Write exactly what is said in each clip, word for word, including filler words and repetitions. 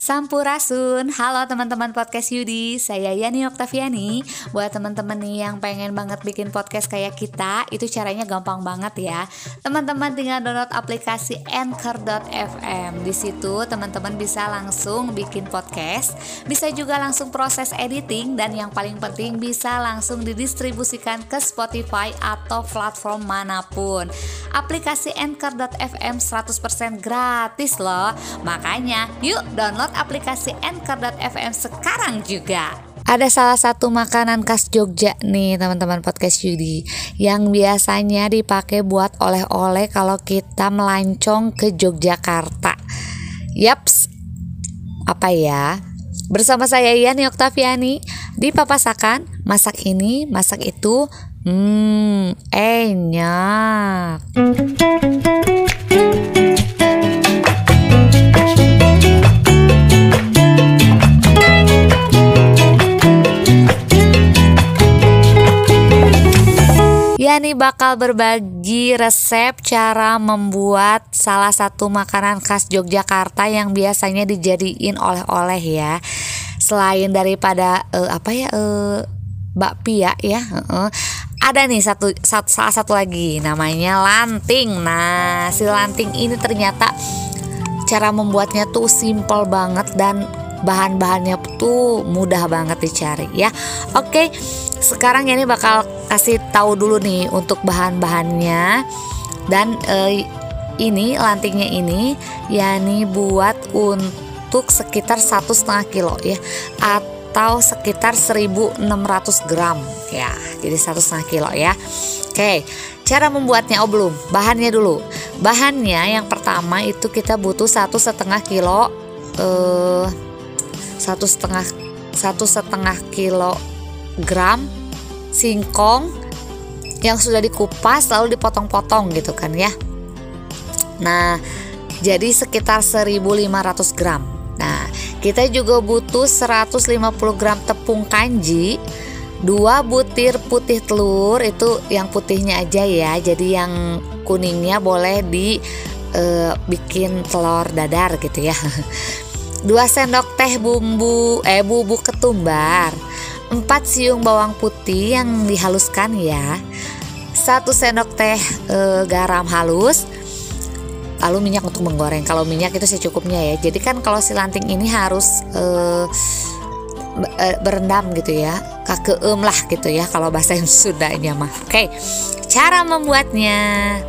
Sampurasun, halo teman-teman podcast Yudi, saya Yani Oktaviani. Buat teman-teman nih yang pengen banget bikin podcast kayak kita, itu caranya gampang banget ya. Teman-teman tinggal download aplikasi anchor dot f m. Di situ teman-teman bisa langsung bikin podcast, bisa juga langsung proses editing, dan yang paling penting bisa langsung didistribusikan ke Spotify atau platform manapun. Aplikasi anchor dot f m seratus persen gratis loh. Makanya yuk download aplikasi anchor dot f m sekarang juga. Ada salah satu makanan khas Jogja nih teman-teman podcast Yudi, yang biasanya dipakai buat oleh-oleh kalau kita melancong ke Yogyakarta. Yaps, apa ya? Bersama saya Yani Oktaviani di Papasakan, masak ini, masak itu, hmm, enak. Yani bakal berbagi resep cara membuat salah satu makanan khas Yogyakarta yang biasanya dijadiin oleh-oleh ya. Selain daripada uh, apa ya uh, bakpia ya, uh, ada nih satu, satu salah satu lagi namanya lanting. Nah, si lanting ini ternyata cara membuatnya tuh simple banget dan bahan-bahannya tuh mudah banget dicari ya. Oke, sekarang ini bakal kasih tahu dulu nih untuk bahan-bahannya. Dan eh, ini lantingnya ini Yani buat untuk sekitar satu setengah kilo ya, atau sekitar seribu enam ratus gram ya. Jadi satu setengah kilo ya. Oke, cara membuatnya, oh belum, bahannya dulu. Bahannya yang pertama itu kita butuh satu setengah kilo eh satu setengah satu setengah kilogram singkong yang sudah dikupas lalu dipotong-potong gitu kan ya. Nah, jadi sekitar seribu lima ratus gram. Nah, kita juga butuh seratus lima puluh gram tepung kanji, dua butir putih telur, itu yang putihnya aja ya. Jadi yang kuningnya boleh di e, bikin telur dadar gitu ya. dua sendok teh bumbu eh bubuk ketumbar, empat siung bawang putih yang dihaluskan ya, satu sendok teh e, garam halus, lalu minyak untuk menggoreng. Kalau minyak itu secukupnya ya. Jadi kan kalau si lanting ini harus e, e, berendam gitu ya, kakeum lah gitu ya kalau bahasa Sundanya mah. Oke, cara membuatnya.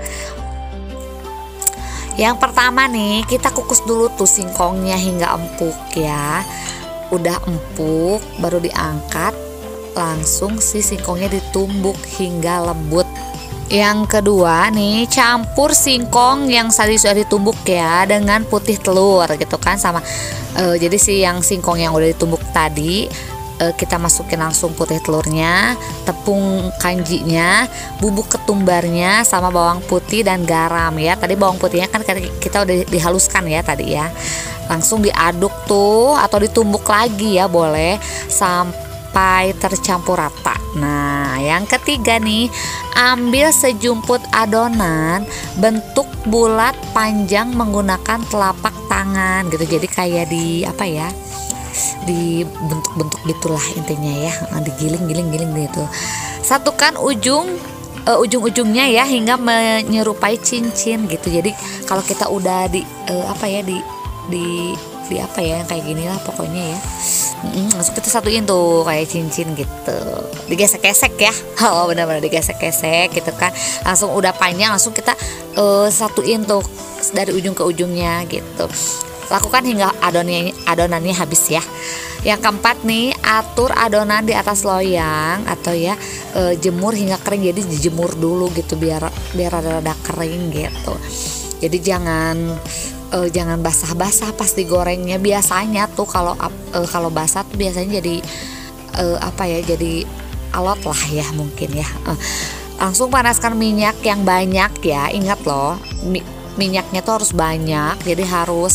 Yang pertama nih, kita kukus dulu tuh singkongnya hingga empuk ya. Udah empuk baru diangkat, langsung si singkongnya ditumbuk hingga lembut. Yang kedua nih, campur singkong yang tadi sudah ditumbuk ya dengan putih telur gitu kan sama e, jadi si yang singkong yang udah ditumbuk tadi e, kita masukin langsung putih telurnya, tepung kanjinya, bubuk ketumbarnya sama bawang putih dan garam ya. Tadi bawang putihnya kan kita udah dihaluskan ya tadi ya. Langsung diaduk tuh atau ditumbuk lagi ya boleh sampai tercampur rata. Nah, yang ketiga nih, ambil sejumput adonan bentuk bulat panjang menggunakan telapak tangan gitu. Jadi kayak di apa ya? Di bentuk-bentuk gitulah intinya ya, digiling-giling-giling gitu. Satukan ujung uh, ujung-ujungnya ya hingga menyerupai cincin gitu. Jadi kalau kita udah di uh, apa ya di di di apa ya kayak gini lah pokoknya ya. Mm, langsung kita satuin tuh kayak cincin gitu, digesek-gesek ya. Oh benar-benar digesek-gesek gitu kan. Langsung udah panjang langsung kita uh, satuin tuh dari ujung ke ujungnya gitu. Lakukan hingga adonannya, adonannya habis ya. Yang keempat nih, atur adonan di atas loyang atau ya e, jemur hingga kering. Jadi dijemur dulu gitu biar biar rada-rada kering gitu. Jadi jangan e, jangan basah-basah pas digorengnya. Biasanya tuh kalau e, kalau basah tuh biasanya jadi e, apa ya jadi alot lah ya mungkin ya. E, langsung panaskan minyak yang banyak ya. Ingat loh, mi, minyaknya tuh harus banyak. Jadi harus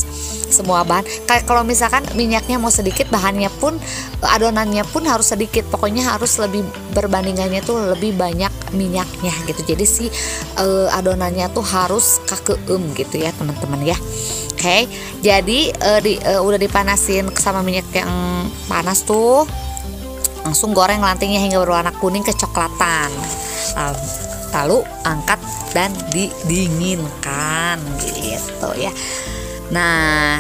semua bahan. Kayak kalau misalkan minyaknya mau sedikit, bahannya pun adonannya pun harus sedikit. Pokoknya harus lebih berbandingannya tuh lebih banyak minyaknya gitu. Jadi si uh, adonannya tuh harus kakeum gitu ya teman-teman ya. Oke, okay, jadi uh, di, uh, udah dipanasin sama minyak yang panas tuh, langsung goreng lantingnya hingga berwarna kuning kecoklatan. Lalu angkat dan didinginkan gitu ya. Nah,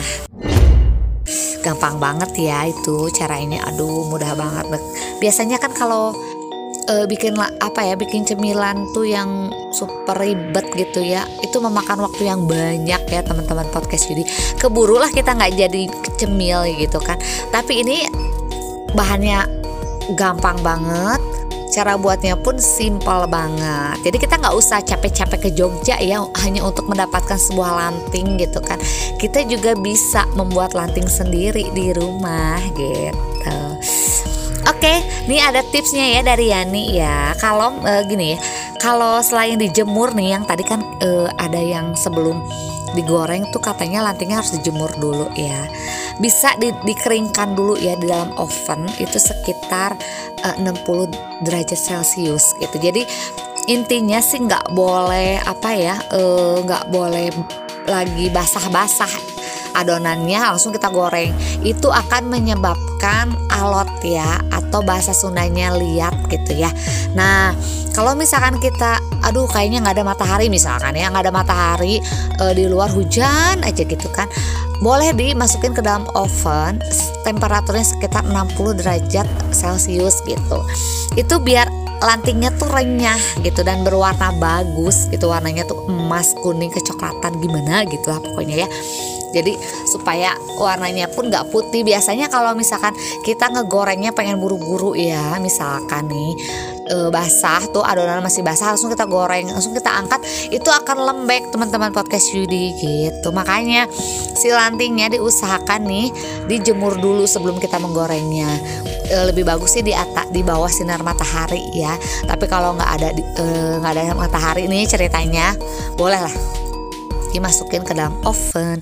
gampang banget ya itu caranya. Aduh, mudah banget. Biasanya kan kalau e, bikin apa ya, bikin cemilan tuh yang super ribet gitu ya, itu memakan waktu yang banyak ya teman-teman podcast Yudi. Keburulah kita nggak jadi cemil gitu kan. Tapi ini bahannya gampang banget. Cara buatnya pun simpel banget. Jadi kita nggak usah capek-capek ke Jogja ya hanya untuk mendapatkan sebuah lanting gitu kan. Kita juga bisa membuat lanting sendiri di rumah gitu. Oke, nih ada tipsnya ya dari Yani ya. Kalau e, gini ya, kalau selain dijemur nih, yang tadi kan e, ada yang sebelum digoreng tuh katanya lantingnya harus dijemur dulu ya. Bisa di, dikeringkan dulu ya di dalam oven itu sekitar e, enam puluh derajat Celcius gitu. Jadi intinya sih nggak boleh apa ya, nggak e, boleh lagi basah-basah adonannya, langsung kita goreng. Itu akan menyebabkan alot ya, atau bahasa Sundanya liat gitu ya. Nah, kalau misalkan kita aduh kayaknya nggak ada matahari misalkan ya, nggak ada matahari e, di luar hujan aja gitu kan, boleh dimasukin ke dalam oven, temperaturnya sekitar enam puluh derajat Celcius gitu. Itu biar lantingnya tuh renyah gitu dan berwarna bagus gitu, warnanya tuh emas kuning kecoklatan gimana gitu lah pokoknya ya. Jadi supaya warnanya pun gak putih. Biasanya kalau misalkan kita ngegorengnya pengen buru-buru ya, misalkan nih e, basah tuh, adonan masih basah, langsung kita goreng, langsung kita angkat, itu akan lembek teman-teman podcast Yudi gitu. Makanya si lantingnya diusahakan nih dijemur dulu sebelum kita menggorengnya. E, lebih bagus sih di atas, di bawah sinar matahari ya. Tapi kalau nggak ada nggak e, ada matahari nih ceritanya, boleh lah dimasukin ke dalam oven.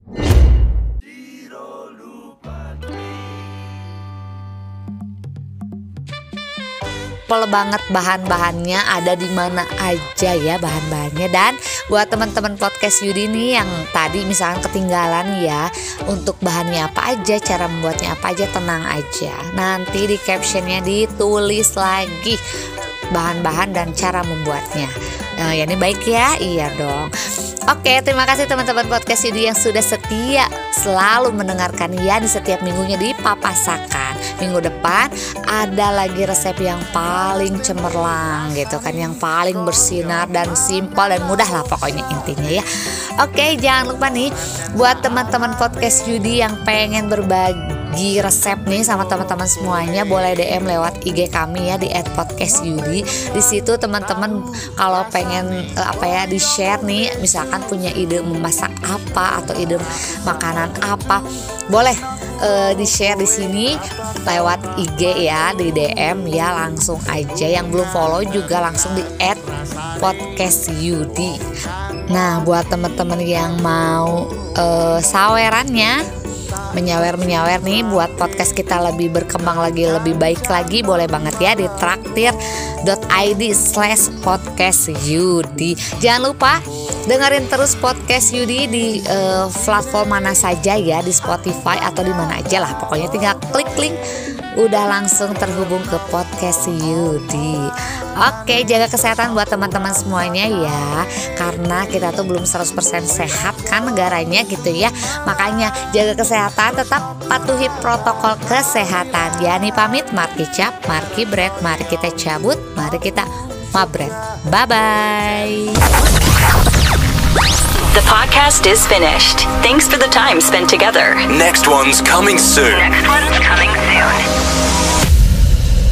Simple banget bahan-bahannya, ada di mana aja ya bahan-bahannya. Dan buat teman-teman podcast Yudi nih yang tadi misalkan ketinggalan ya, untuk bahannya apa aja, cara membuatnya apa aja, tenang aja. Nanti di captionnya ditulis lagi bahan-bahan dan cara membuatnya. Nah, ya ini baik ya, iya dong. Oke, terima kasih teman-teman podcast Yudi yang sudah setia selalu mendengarkan ya di setiap minggunya di Papasakan. Minggu depan ada lagi resep yang paling cemerlang gitu kan, yang paling bersinar dan simpel dan mudah lah pokoknya intinya ya. Oke, jangan lupa nih buat teman-teman podcast Yudi yang pengen berbagi resep nih sama teman-teman semuanya, boleh D M lewat I G kami ya di et podcast yudi. Di situ teman-teman kalau pengen apa ya di share nih, misalkan punya ide memasak apa atau ide makanan apa, boleh uh, di share di sini lewat I G ya, di D M ya, langsung aja. Yang belum follow juga langsung di et podcast yudi. Nah, buat teman-teman yang mau uh, sawerannya, menyawer-menyawer nih buat podcast kita lebih berkembang lagi, lebih baik lagi, boleh banget ya di traktir dot i d slash podcast Yudi. Jangan lupa dengerin terus podcast Yudi di uh, platform mana saja ya, di Spotify atau di mana aja lah. Pokoknya tinggal klik link udah langsung terhubung ke podcast Yudi. Oke, jaga kesehatan buat teman-teman semuanya ya, karena kita tuh belum seratus persen sehat kan negaranya gitu ya. Makanya jaga kesehatan, tetap patuhi protokol kesehatan. Yani pamit, Marki cap, Marki bread, mari kita cabut, mari kita mabret. Bye-bye. The podcast is finished. Thanks for the time spent together. Next one's coming soon. Next one's coming soon.